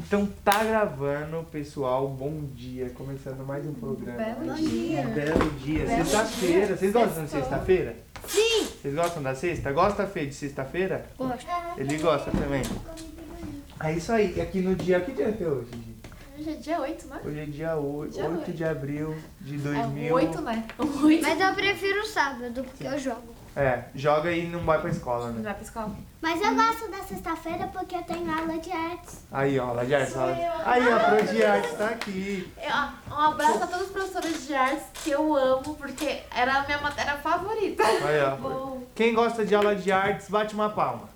Então tá gravando, pessoal. Bom dia. Começando mais um programa. Belo dia. Belo dia. Sexta-feira. Vocês gostam de sexta-feira? Sim! Vocês gostam da sexta? Gosta, Fê, de sexta-feira? Gosto. Ele gosta também. É isso aí. E aqui no dia... Que dia que é hoje, gente? Hoje é dia 8, né? Hoje é dia 8, Dia 8 de abril de 2000. É o 8, né? O 8. Mas eu prefiro sábado, porque eu jogo. É, joga e não vai pra escola, Não né? vai pra escola? Mas eu gosto da sexta-feira porque eu tenho aula de artes. Aí, ó, lá de artes. Sou eu. Aí, a Pro de Artes tá aqui. Um abraço a todos os professores de artes que eu amo, porque era a minha matéria favorita. Aí, ó. Bom. Quem gosta de aula de artes, bate uma palma.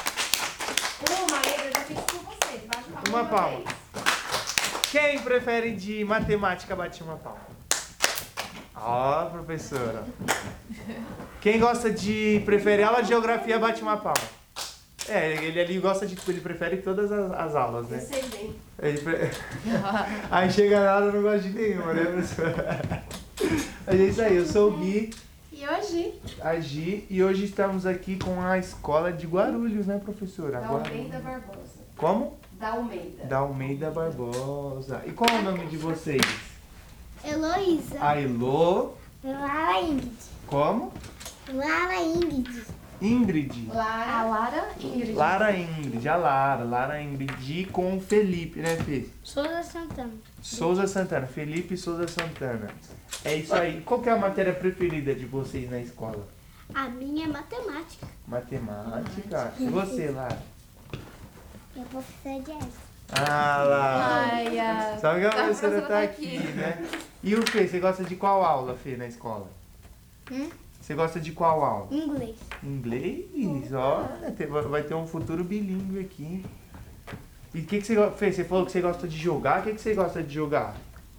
Eu já fiz com vocês. Bate Uma palma. Quem prefere de matemática, bate uma palma. Ó, professora. Quem gosta de... Prefere aula de geografia, bate uma palma. É, ele ali gosta de... Ele prefere todas as aulas, né? sei bem. Aí chega na hora, não gosta de nenhuma, né, professora? Mas é isso aí, eu sou o Gui, E hoje, a Gi, e hoje estamos aqui com a escola de Guarulhos, né, professora? Da Almeida Barbosa. Como? Da Almeida. Da Almeida Barbosa. E qual é o nome de vocês? Heloísa. A Elô. Lara Ingrid. Como? Lara Ingrid. Ingrid. a Lara. Lara Ingrid. Lara Ingrid, a Lara Ingrid com o Felipe, né, Fê? Souza Santana. Souza Santana, Felipe Souza Santana. É isso aí. Qual que é a matéria preferida de vocês na escola? A minha é matemática. Matemática. E você, Lara? Eu vou fazer de artes. Ah, lá. Ai, Sabe que a a professora tá aqui, né? E o Fê, você gosta de qual aula, Fê, na escola? Você gosta de qual aula? Inglês. Inglês, ó. Vai ter um futuro bilíngue aqui. E o que você gosta? Fê, você falou que você gosta de jogar. O que você gosta de jogar?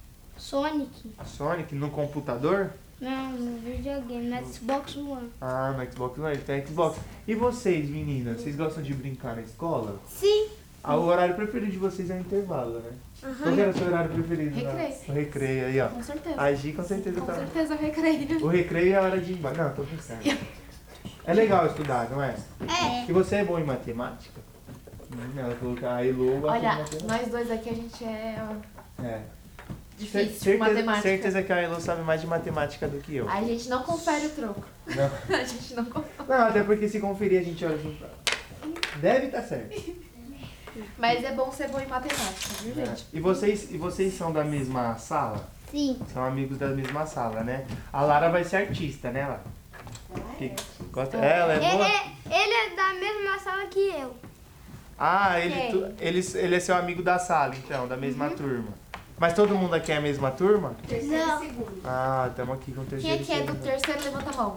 Sonic. Sonic no computador? Não, no videogame, no Xbox One. Ah, no Xbox One, ele tem Xbox. E vocês, meninas, vocês gostam de brincar na escola? Sim. Ah, o horário preferido de vocês é o intervalo, né? Qual que era o seu horário preferido? Recreio. O recreio aí, ó. Com certeza. A Gi com certeza Com tá. certeza eu recreio. O recreio é a hora de ir embora. Não, tô pensando. É legal estudar, não é? É. E você é bom em matemática? Ela falou que a Elo gosta Olha, de matemática. nós dois aqui a gente é É. difícil de matemática. Certeza que a Elo sabe mais de matemática do que eu. A gente não confere o troco. Não. A gente não confere. Não, até porque se conferir a gente olha junto. Deve estar certo. Mas é bom ser bom em matemática, viu, gente? E vocês são da mesma sala? Sim. São amigos da mesma sala, né? A Lara vai ser artista, né, Lara? Que gosta? Ela é boa? Ele é da mesma sala que eu. Ah, Quem? ele é seu amigo da sala, então, da mesma turma. Mas todo mundo aqui é a mesma turma? Terceiro Não. e segundo. Ah, estamos aqui com o Quem terceiro. é que é do segundo. terceiro, levanta a mão.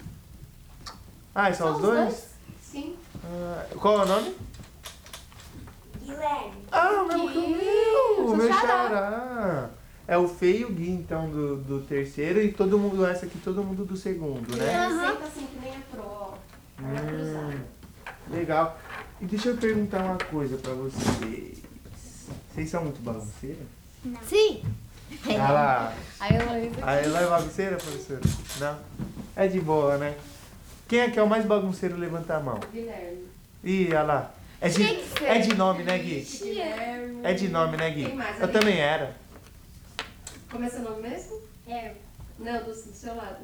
Ah, são os dois? Sim. Ah, qual é o nome? Guilherme. Ah, o mesmo que o Gui, meu! O seu meu xará. xará! É o Fê e o Gui, então, do terceiro e todo mundo, essa aqui, todo mundo do segundo, né? Ele senta assim que nem a Pro, ó. Ela cruzada. Legal. E deixa eu perguntar uma coisa pra vocês. Vocês são muito bagunceiras? Sim. Ah, Aí eu a Ela é bagunceira, professora? Não? É de boa, né? Quem é que é o mais bagunceiro? Levanta a mão. Guilherme. Ih, olha lá. É de nome, né, Gui? Guilherme. É de nome, né, Gui? Quem mais Eu ali? também era. Como é seu nome mesmo? É. Não, do seu lado.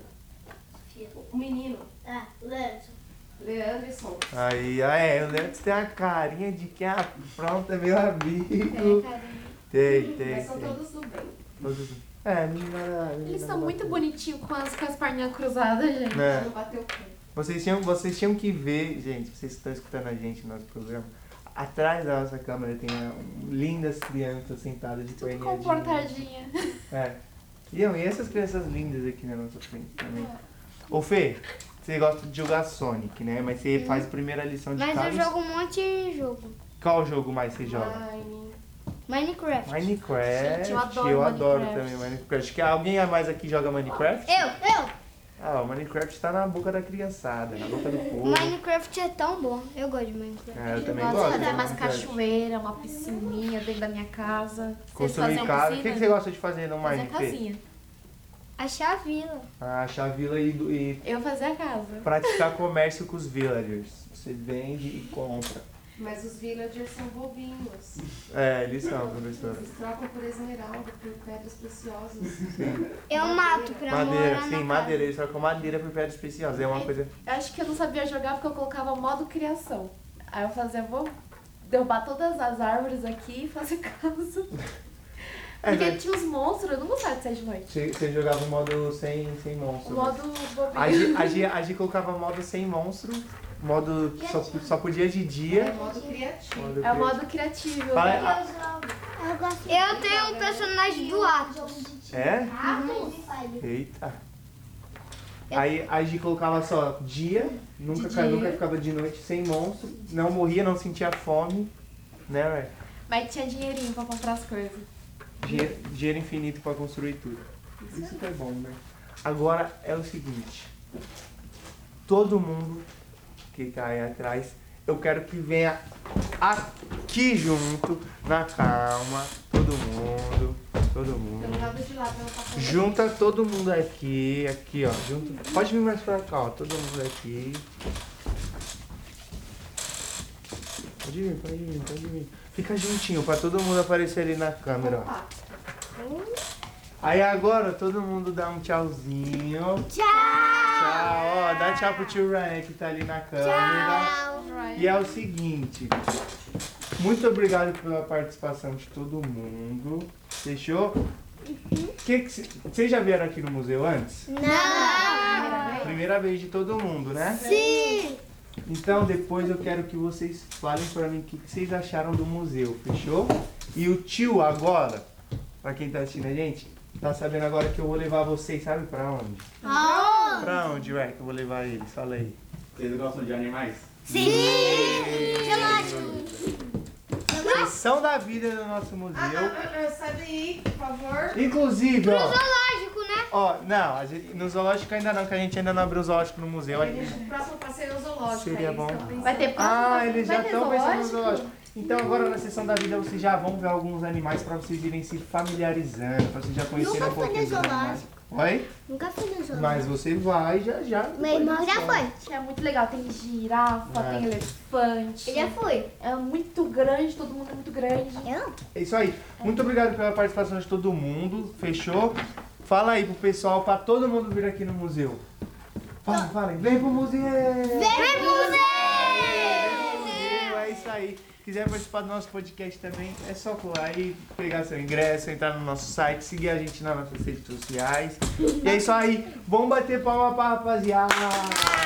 O menino. Ah, Leandro. Leanderson. Aí, o Leandro tem a carinha de quem apronta, meu amigo. Tem. Mas são todos do bem. Todos. É, menina. Eles são muito bonitinhos com as perninhas cruzadas, gente. Né? Não bateu o pé. Vocês tinham que ver, gente, vocês que estão escutando a gente no nosso programa. Atrás da nossa câmera tem lindas crianças sentadas de Tudo perninha de... comportadinha. É. E essas crianças lindas aqui na nossa frente também. Ô Fê, você gosta de jogar Sonic, né? Mas você faz a primeira lição de Mas casa. eu jogo um monte de jogo. Qual jogo mais você joga? Mine. Minecraft. Minecraft. Gente, eu adoro Minecraft. também Minecraft. Alguém a mais aqui joga Minecraft? Eu. Ah, o Minecraft tá na boca da criançada, na boca do povo. Minecraft é tão bom. Eu gosto de Minecraft. É, eu também Gosto gosto. de fazer de umas Minecraft. cachoeiras, uma piscininha dentro da minha casa. Vocês Construir faziam casa. O piscina? que você gosta de fazer no Fazer Minecraft? casinha. Achar a vila. Achar a vila e Eu fazia a casa. praticar comércio com os villagers. Você vende e compra. Mas os villagers são bobinhos. É, eles são, professora. Eles trocam por esmeralda, por pedras preciosas. Eu mato pra Madeira, morar sim, na madeira. Eles trocam madeira por pedras preciosas. É uma coisa... Eu acho que eu não sabia jogar porque eu colocava modo criação. Aí eu fazia, vou derrubar todas as árvores aqui e fazer casa. Porque né? tinha os monstros, eu não gostava de sair de noite. Você jogava o modo sem O monstro. modo bobinho. A Gi colocava modo sem monstro, modo que só podia de É dia. modo criativo. É o modo criativo. Fala- Eu gosto Eu tenho um personagem do Atos. É? Atos? Eita. Aí a Gi colocava só dia, nunca ficava de noite, sem monstro, não morria, não sentia fome, né, Ray? Mas tinha dinheirinho pra comprar as coisas. Dinheiro infinito pra construir tudo. Isso que é bom, né? Agora é o seguinte. Todo mundo que tá aí atrás, eu quero que venha aqui junto, na calma, todo mundo. Pelo lado de lá, pra não passar. Junta todo mundo aqui, ó. Junto. Pode vir mais pra cá, ó. Todo mundo aqui. Pode vir. Fica juntinho pra todo mundo aparecer ali na câmera, ó. Aí agora todo mundo dá um tchauzinho. Tchau! Tchau, ó. Dá tchau pro tio Ryan que tá ali na câmera. E é o seguinte. Muito obrigado pela participação de todo mundo. Fechou? Vocês já vieram aqui no museu antes? Não! Primeira vez de todo mundo, né? Sim! Então depois eu quero que vocês falem pra mim o que vocês acharam do museu, fechou? E o tio agora, pra quem tá assistindo a gente, tá sabendo agora que eu vou levar vocês, sabe pra onde? Aonde? Pra onde, Rec? Eu vou levar eles, fala aí. Vocês gostam de animais? Sim! Sessão da vida do nosso museu. Sai daí, por favor. Inclusive, ó. Lógico, né? Ó, não, no zoológico ainda não, que a gente ainda não abriu o zoológico no museu. O próximo passeio é o zoológico. Seria aí bom. estão pensando. Vai ter próximo? Ah, eles já Vai ter estão pensando no zoológico? zoológico. Então agora na sessão da vida vocês já vão ver alguns animais pra vocês irem se familiarizando, pra vocês já conhecerem Nunca um fui pouquinho no dos animais. zoológico. Oi? Nunca fui no zoológico. Mas você vai já. Meu irmão já foi. É muito legal, tem girafa, É. tem elefante. Eu já fui. É muito grande, todo mundo é muito grande. Eu? É isso aí. Muito obrigado pela participação de todo mundo. Fechou? Fala aí pro pessoal, pra todo mundo vir aqui no museu. Fala aí. Vem pro museu! Vem pro museu! É isso aí. Quiser participar do nosso podcast também, é só colar aí, pegar seu ingresso, entrar no nosso site, seguir a gente nas nossas redes sociais. E é isso aí. Vamos bater palma pra rapaziada!